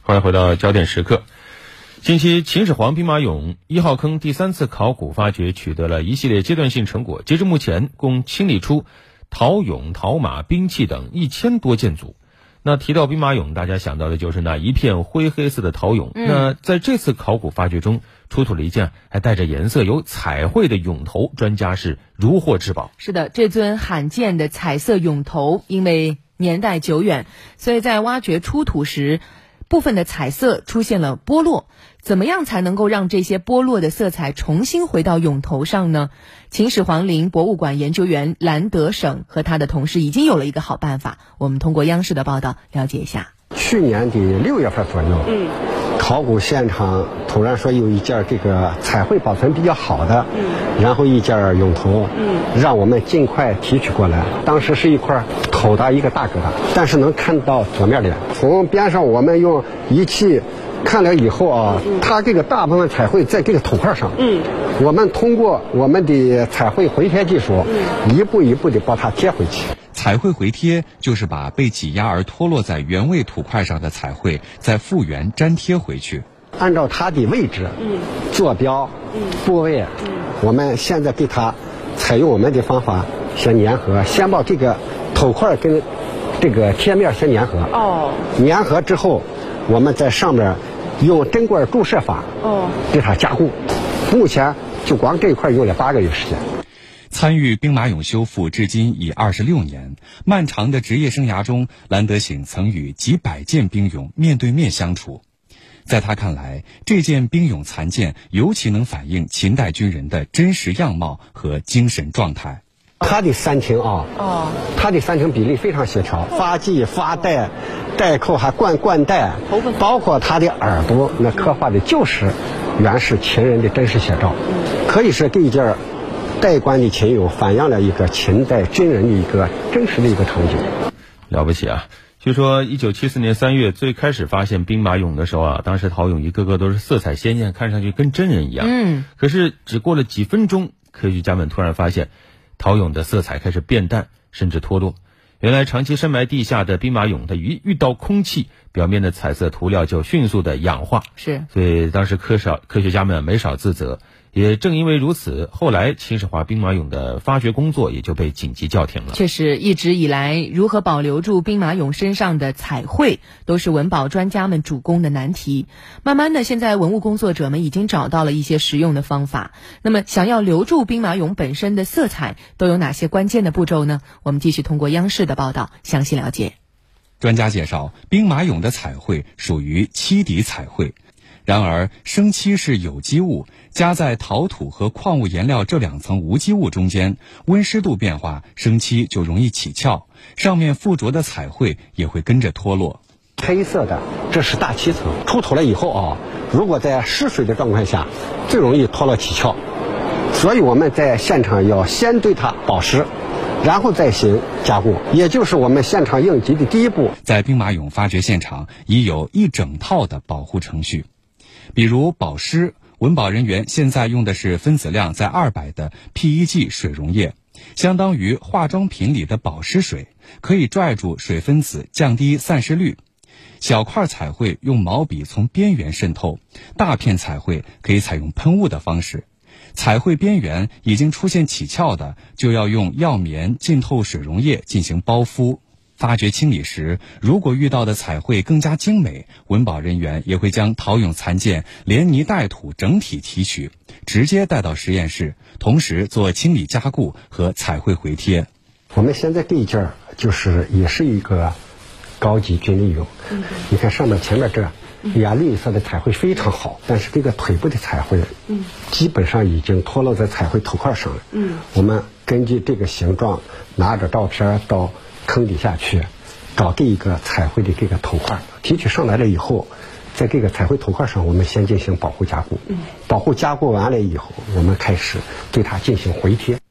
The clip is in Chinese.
欢迎回到焦点时刻。近期秦始皇兵马俑1号坑第3次考古发掘取得了一系列阶段性成果，截至目前共清理出陶俑、陶马、兵器等1000多件组。那提到兵马俑，大家想到的就是那一片灰黑色的陶俑。那在这次考古发掘中，出土了一件还带着颜色、有彩绘的俑头，专家是如获至宝。 是的，这尊罕见的彩色俑头，因为年代久远，所以在挖掘出土时，部分的彩色出现了剥落。怎么样才能够让这些剥落的色彩重新回到俑头上呢？秦始皇陵博物馆研究员兰德省和他的同事已经有了一个好办法，我们通过央视的报道了解一下。 去年的6月份左右，考古现场突然说有一件这个彩绘保存比较好的，然后一件俑头，让我们尽快提取过来。当时是一块头的一个大疙瘩，但是能看到左面脸。从边上我们用仪器看了以后啊，它这个大部分彩绘在这个头块上，我们通过我们的彩绘回贴技术，一步一步的把它贴回去。 彩绘回贴就是把被挤压而脱落在原位土块上的彩绘再复原粘贴回去， 按照它的位置、坐标、部位，我们现在给它采用我们的方法先粘合，先把这个头块跟这个贴面先粘合。粘合之后，我们在上面用针管注射法给它加固。目前就光这一块用了8个月时间。 参与兵马俑修复至今已26年，漫长的职业生涯中，兰德省曾与几百件兵俑面对面相处。在他看来，这件兵俑残件尤其能反映秦代军人的真实样貌和精神状态。 它的三庭它的三庭比例非常协调，发髻、发带、带扣还冠带，包括它的耳朵，那刻画的就是原始秦人的真实写照，可以是这一件带冠的秦俑反映了一个秦代军人的一个真实的一个场景。 了不起啊！据说1974年3月最开始发现兵马俑的时候啊，当时陶俑一个个都是色彩鲜艳，看上去跟真人一样。可是只过了几分钟，科学家们突然发现陶俑的色彩开始变淡，甚至脱落。原来长期深埋地下的兵马俑，它遇到空气，表面的彩色涂料就迅速的氧化。所以当时科学家们没少自责。也正因为如此，后来秦始皇兵马俑的发掘工作也就被紧急叫停了。 确实，一直以来如何保留住兵马俑身上的彩绘，都是文保专家们主攻的难题。慢慢的，现在文物工作者们已经找到了一些实用的方法。那么想要留住兵马俑本身的色彩，都有哪些关键的步骤呢？我们继续通过央视的报道详细了解。 专家介绍，兵马俑的彩绘属于漆底彩绘。然而，生漆是有机物，加在陶土和矿物颜料这2层无机物中间，温湿度变化，生漆就容易起翘，上面附着的彩绘也会跟着脱落。 黑色的，这是大漆层，出土了以后如果在湿水的状况下，最容易脱落起翘，所以我们在现场要先对它保湿，然后再行加固，也就是我们现场应急的第一步。 在兵马俑发掘现场已有一整套的保护程序。比如保湿，文保人员现在用的是分子量在200的 PEG 水溶液，相当于化妆品里的保湿水，可以拽住水分子，降低散失率。小块彩绘用毛笔从边缘渗透，大片彩绘可以采用喷雾的方式。彩绘边缘已经出现起翘的，就要用药棉浸透水溶液进行包敷。发掘清理时，如果遇到的彩绘更加精美，文保人员也会将陶俑残件连泥带土整体提取，直接带到实验室，同时做清理加固和彩绘回贴。 我们现在这一件也是一个高级军礼俑，你看上面前面这绿色的彩绘非常好，但是这个腿部的彩绘基本上已经脱落在彩绘头块上了。我们根据这个形状，拿着照片到坑底下去找这一个彩绘的这个头块，提取上来了以后，在这个彩绘头块上我们先进行保护加固。保护加固完了以后，我们开始对它进行回贴。